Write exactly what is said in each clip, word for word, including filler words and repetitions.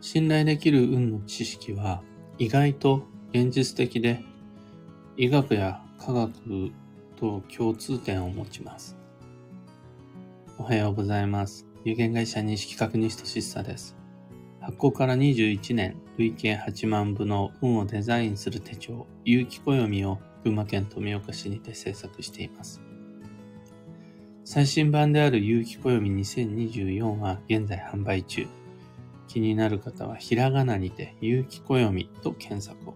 信頼できる運の知識は意外と現実的で、医学や科学と共通点を持ちます。おはようございます。有限会社西企画西俊久です。発行からにじゅういちねん、累計はちまんぶの運をデザインする手帳、有機暦を群馬県富岡市にて制作しています。最新版である有機暦にせんにじゅうよんは現在販売中。気になる方はひらがなにて有機暦と検索を。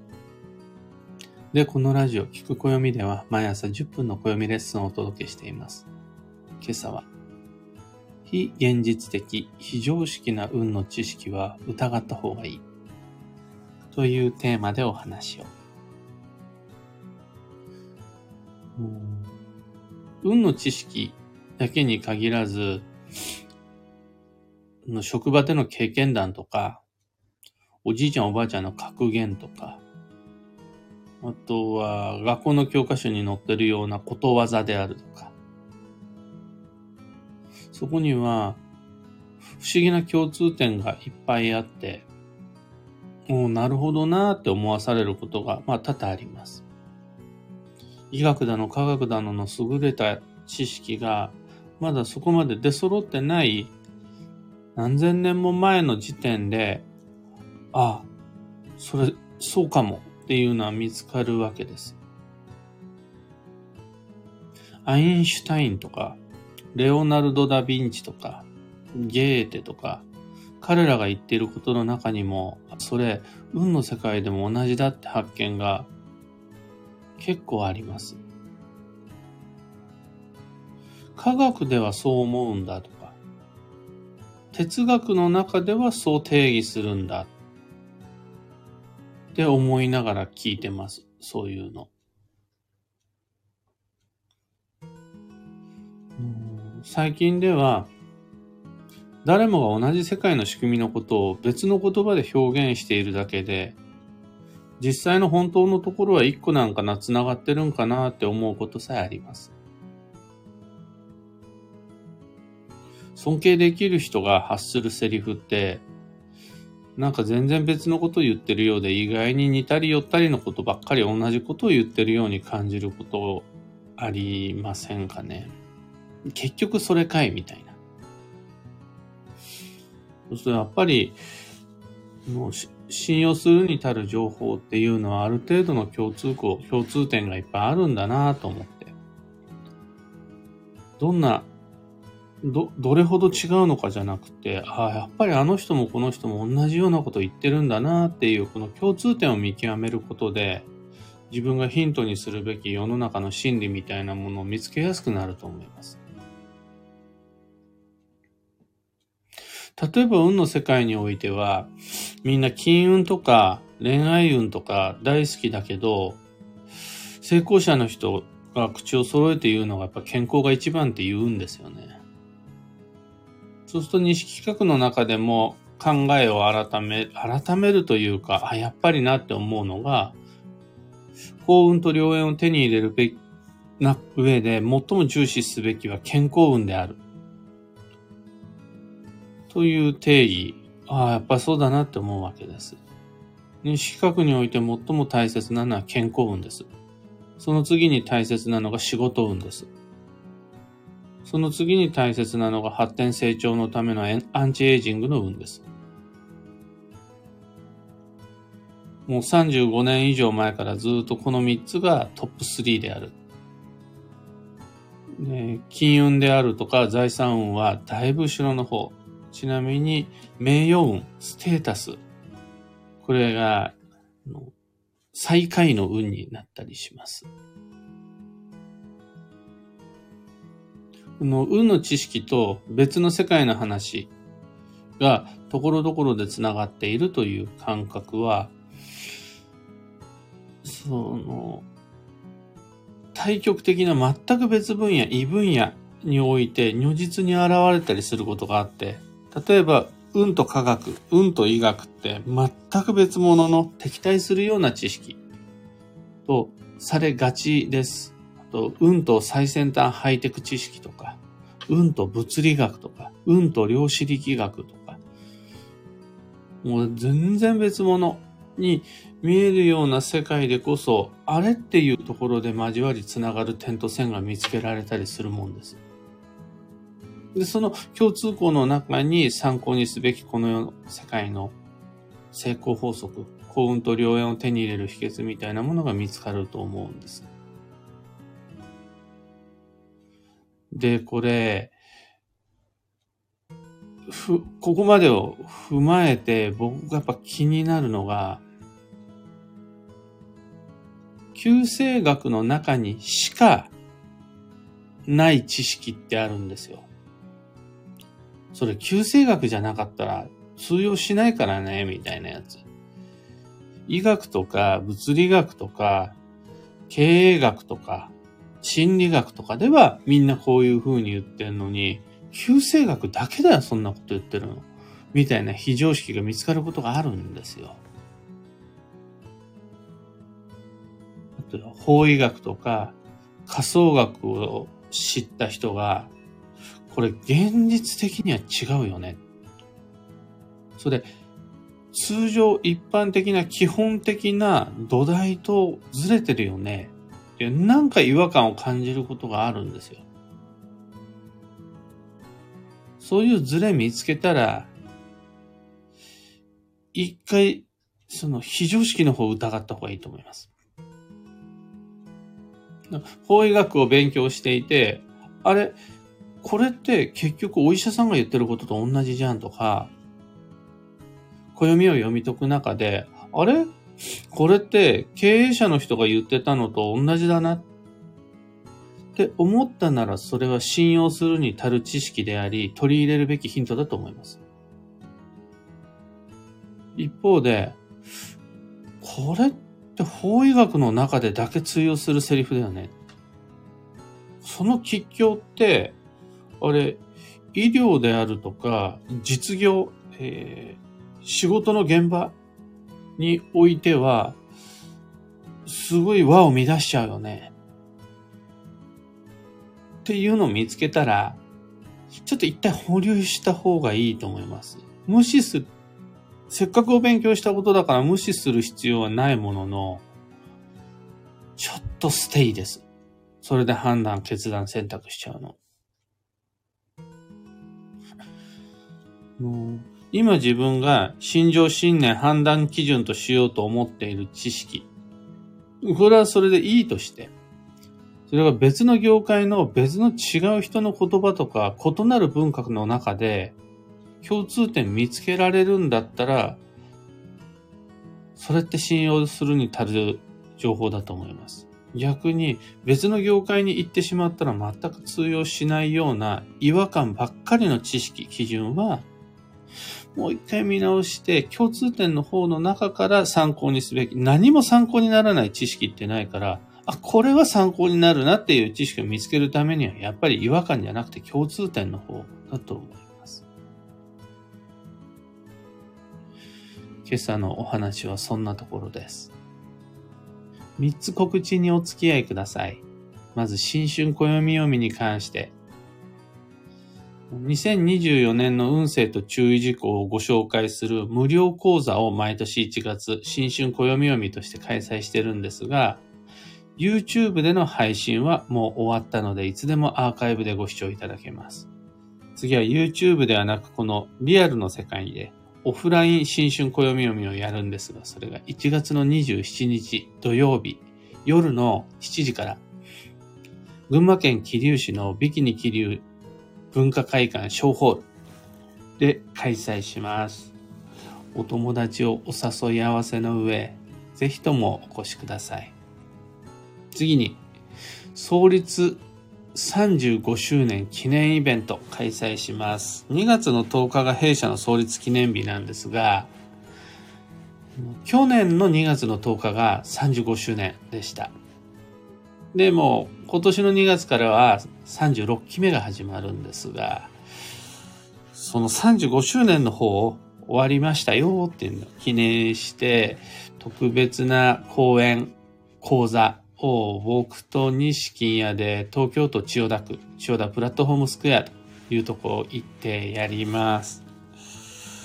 で、このラジオ聞く暦では毎朝じゅっぷんの暦レッスンをお届けしています。今朝は非現実的、非常識な運の知識は疑った方がいいというテーマでお話を。運の知識だけに限らず、職場での経験談とか、おじいちゃんおばあちゃんの格言とか、あとは学校の教科書に載ってるようなことわざであるとか、そこには不思議な共通点がいっぱいあって、おー、なるほどなーって思わされることがまあ多々あります。医学だの科学だのの優れた知識がまだそこまで出揃ってない何千年も前の時点で、ああ、それそうかもっていうのは見つかるわけです。アインシュタインとかレオナルド・ダ・ヴィンチとかゲーテとか、彼らが言っていることの中にも、それ運の世界でも同じだって発見が結構あります。科学ではそう思うんだとか、哲学の中ではそう定義するんだって思いながら聞いてます。そういうの。最近では誰もが同じ世界の仕組みのことを別の言葉で表現しているだけで、実際の本当のところは一個なんかな、繋がってるんかなって思うことさえあります。尊敬できる人が発するセリフって、なんか全然別のことを言ってるようで、意外に似たり寄ったりのことばっかり同じことを言ってるように感じることありませんかね。結局それかいみたいな。そうするとやっぱりもう信用するに足る情報っていうのはある程度の共通項、共通点がいっぱいあるんだなと思って。どんな、ど、どれほど違うのかじゃなくて、ああ、やっぱりあの人もこの人も同じようなこと言ってるんだなっていうこの共通点を見極めることで、自分がヒントにするべき世の中の真理みたいなものを見つけやすくなると思います。例えば運の世界においては、みんな金運とか恋愛運とか大好きだけど、成功者の人が口を揃えて言うのがやっぱ健康が一番って言うんですよね。そうすると西企画の中でも考えを改め、改めるというか、あ、やっぱりなって思うのが、幸運と良縁を手に入れるべきな上で最も重視すべきは健康運である。という定義、ああ、やっぱりそうだなって思うわけです。西企画において最も大切なのは健康運です。その次に大切なのが仕事運です。その次に大切なのが発展成長のためのアンチエイジングの運です。もうさんじゅうごねん以上前からずっとこのみっつがトップスリーである。で、金運であるとか財産運はだいぶ後ろの方。ちなみに名誉運、ステータス、これが最下位の運になったりします。この運の知識と別の世界の話がところどころでつながっているという感覚は、その対極的な全く別分野、異分野において如実に現れたりすることがあって、例えば運と科学、運と医学って全く別物の敵対するような知識とされがちです。あと運と最先端ハイテク知識とか、運と物理学とか、運と量子力学とか、 もう全然別物に見えるような世界でこそ、あれっていうところで交わりつながる点と線が見つけられたりするもんです。で、その共通項の中に参考にすべきこの世の世界の成功法則、幸運と良縁を手に入れる秘訣みたいなものが見つかると思うんです。で、これ、ふ、ここまでを踏まえて僕がやっぱ気になるのが、九星学の中にしかない知識ってあるんですよ。それ九星学じゃなかったら通用しないからね、みたいなやつ。医学とか物理学とか経営学とか心理学とかではみんなこういう風に言ってるのに、九星学だけだよそんなこと言ってるの。みたいな非常識が見つかることがあるんですよ。あとは法医学とか仮想学を知った人が、これ現実的には違うよね。それ、通常一般的な基本的な土台とずれてるよね。ってなんか違和感を感じることがあるんですよ。そういうズレ見つけたら、一回、その非常識の方を疑った方がいいと思います。法医学を勉強していて、あれ、これって結局お医者さんが言ってることと同じじゃんとか、暦を読み解く中で、あれこれって経営者の人が言ってたのと同じだなって思ったなら、それは信用するに足る知識であり、取り入れるべきヒントだと思います。一方で、これって法医学の中でだけ通用するセリフだよね。その吉凶って、あれ、医療であるとか、実業、えー、仕事の現場においては、すごい輪を乱しちゃうよね。っていうのを見つけたら、ちょっと一体保留した方がいいと思います。無視する。せっかくお勉強したことだから無視する必要はないものの、ちょっとステイです。それで判断、決断、選択しちゃうの。もう今自分が心情、信念、判断基準としようと思っている知識。これはそれでいいとして、それが別の業界の別の違う人の言葉とか異なる文化の中で共通点見つけられるんだったら、それって信用するに足る情報だと思います。逆に別の業界に行ってしまったら全く通用しないような違和感ばっかりの知識、基準はもう一回見直して共通点の方の中から参考にすべき。何も参考にならない知識ってないから、あ、これは参考になるなっていう知識を見つけるためにはやっぱり違和感じゃなくて共通点の方だと思います。今朝のお話はそんなところです。三つ告知にお付き合いください。まず新春暦読みに関して、にせんにじゅうよねんの運勢と注意事項をご紹介する無料講座を毎年いちがつ新春暦読みとして開催してるんですが、YouTube での配信はもう終わったのでいつでもアーカイブでご視聴いただけます。次は YouTube ではなくこのリアルの世界でオフライン新春暦読みをやるんですが、それがいちがつのにじゅうしちにち土曜日夜のしちじから群馬県桐生市のビキニ桐生文化会館小ホールで開催します。お友達をお誘い合わせの上、ぜひともお越しください。次に、創立さんじゅうごしゅうねん記念イベント開催します。にがつのとおかが弊社の創立記念日なんですが、去年のにがつのとおかがさんじゅうごしゅうねんでした。で、もう今年のにがつからはさんじゅうろっきめが始まるんですが、そのさんじゅうごしゅうねんの方終わりましたよっていうのを記念して、特別な講演、講座を僕と西金屋で東京都千代田区、千代田プラットフォームスクエアというところ行ってやります。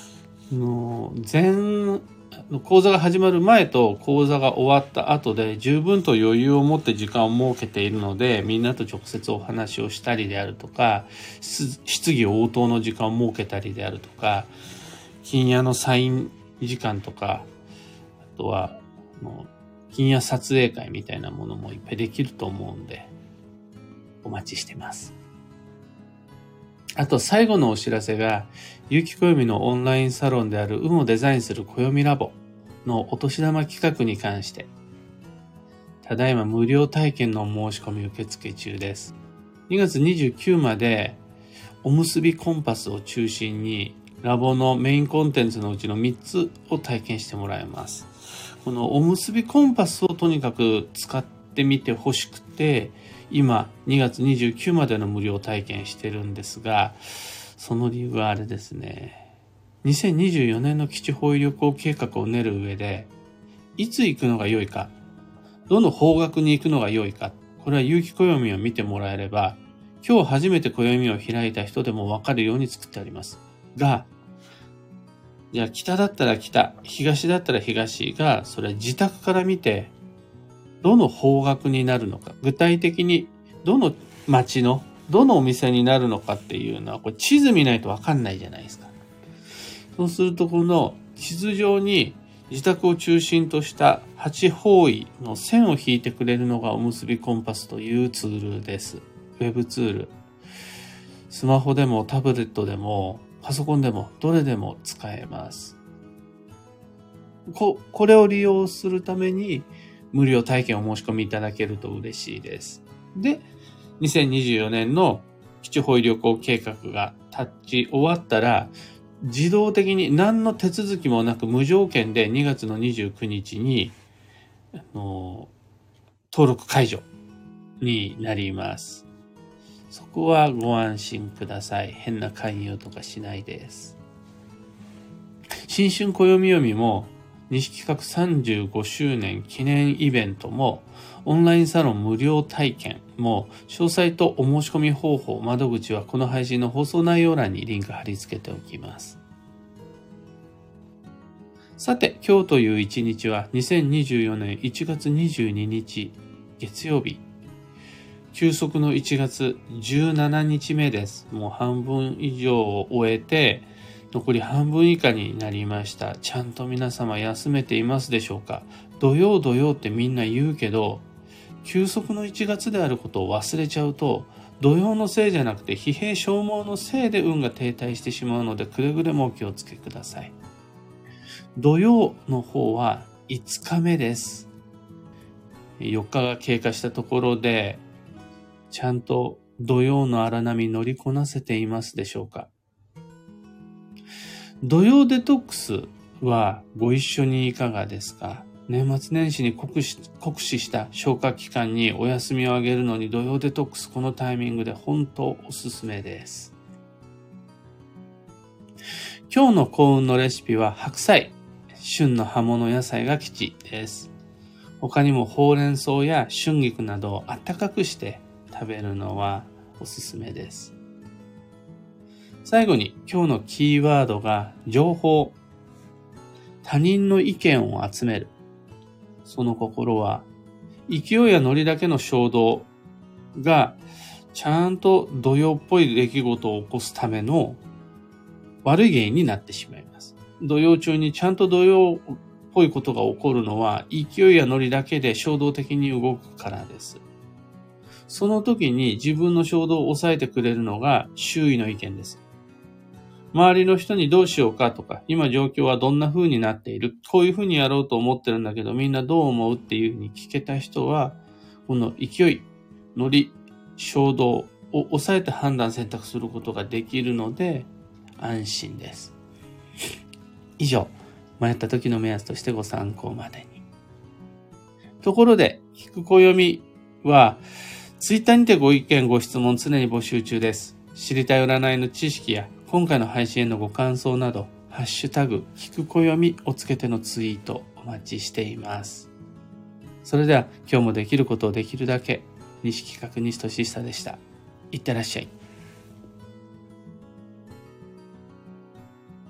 の前講座が始まる前と講座が終わった後で十分と余裕を持って時間を設けているので、みんなと直接お話をしたりであるとか、質疑応答の時間を設けたりであるとか、金屋のサイン時間とか、あとは金屋撮影会みたいなものもいっぱいできると思うんで、お待ちしてます。あと最後のお知らせが、有機暦のオンラインサロンである運をデザインする暦ラボのお年玉企画に関して、ただいま無料体験の申し込み受付中です。にがつにじゅうくにちまでおむすびコンパスを中心にラボのメインコンテンツのうちのみっつを体験してもらいます。このおむすびコンパスをとにかく使ってみてほしくて、今にがつにじゅうくにちまでの無料体験してるんですが、その理由はあれですね。にせんにじゅうよねんの基地方位旅行計画を練る上で、いつ行くのが良いか、どの方角に行くのが良いか、これは有機暦を見てもらえれば、今日初めて暦を開いた人でもわかるように作ってあります。が、じゃあ北だったら北、東だったら東が、それ自宅から見て、どの方角になるのか、具体的にどの町のどのお店になるのかっていうのは、これ地図見ないとわかんないじゃないですか。そうすると、この地図上に自宅を中心とした八方位の線を引いてくれるのがおむすびコンパスというツールです。ウェブツール。スマホでもタブレットでもパソコンでもどれでも使えます。こ、これを利用するために無料体験を申し込みいただけると嬉しいです。で、にせんにじゅうよねんの基地方位旅行計画が立ち終わったら、自動的に何の手続きもなく無条件でにがつのにじゅうくにちにあの登録解除になります。そこはご安心ください。変な勧誘とかしないです。新春暦読みも西企画さんじゅうごしゅうねん記念イベントもオンラインサロン無料体験も詳細とお申し込み方法、窓口はこの配信の放送内容欄にリンク貼り付けておきます。さて、今日という一日はにせんにじゅうよねんいちがつにじゅうににち月曜日。休息のいちがつじゅうしちにちめです。もう半分以上を終えて、残り半分以下になりました。ちゃんと皆様休めていますでしょうか？土曜土曜ってみんな言うけど、休息のいちがつであることを忘れちゃうと、土曜のせいじゃなくて疲弊消耗のせいで運が停滞してしまうので、くれぐれもお気をつけください。土曜の方はいつかめです。よっかが経過したところで、ちゃんと土曜の荒波乗りこなせていますでしょうか？土曜デトックスはご一緒にいかがですか？年末年始に酷使、酷使した消化期間にお休みをあげるのに土曜デトックスこのタイミングで本当おすすめです。今日の幸運のレシピは白菜、旬の葉物野菜が吉です。他にもほうれん草や春菊などをあったかくして食べるのはおすすめです。最後に今日のキーワードが情報。他人の意見を集める。その心は勢いやノリだけの衝動がちゃんと土曜っぽい出来事を起こすための悪い原因になってしまいます。土曜中にちゃんと土曜っぽいことが起こるのは勢いやノリだけで衝動的に動くからです。その時に自分の衝動を抑えてくれるのが周囲の意見です。周りの人にどうしようかとか、今状況はどんな風になっている、こういう風にやろうと思ってるんだけど、みんなどう思うっていう風に聞けた人は、この勢い、ノリ、衝動を抑えて判断選択することができるので、安心です。以上、迷った時の目安としてご参考までに。ところで、聞く暦は、ツイッターにてご意見ご質問常に募集中です。知りたい占いの知識や今回の配信へのご感想など、ハッシュタグ、聞く暦をつけてのツイートお待ちしています。それでは今日もできることをできるだけ、西企画西俊久でした。いってらっしゃい。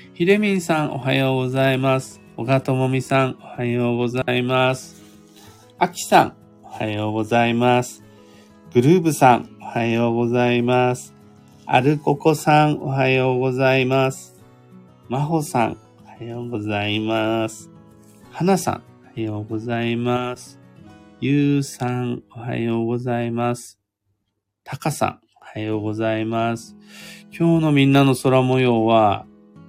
ひでみんさん、おはようございます。小川ともみさん、おはようございます。あきさん、おはようございます。グルーブさん、おはようございます。アルココさん、おはようございます。まほさん、おはようございます。はなさん、おはようございます。ゆうさん、おはようございます。たかさん、おはようございます。今日のみんなの空模様は、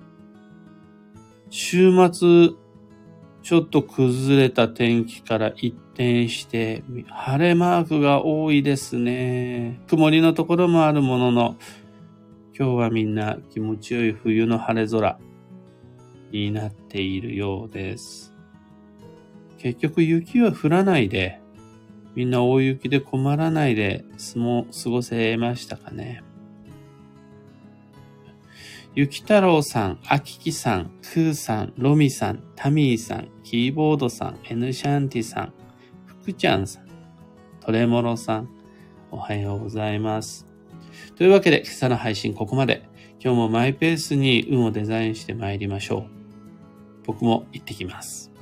週末、ちょっと崩れた天気から一転して、晴れマークが多いですね。曇りのところもあるものの、今日はみんな気持ちよい冬の晴れ空になっているようです。結局雪は降らないで、みんな大雪で困らないで過ごせましたかね。ゆきたろうさん、あききさん、くーさん、ロミさん、タミーさん、キーボードさん、エヌシャンティさん、ふくちゃんさん、トレモロさん、おはようございます。というわけで今朝の配信ここまで。今日もマイペースに運をデザインして参りましょう。僕も行ってきます。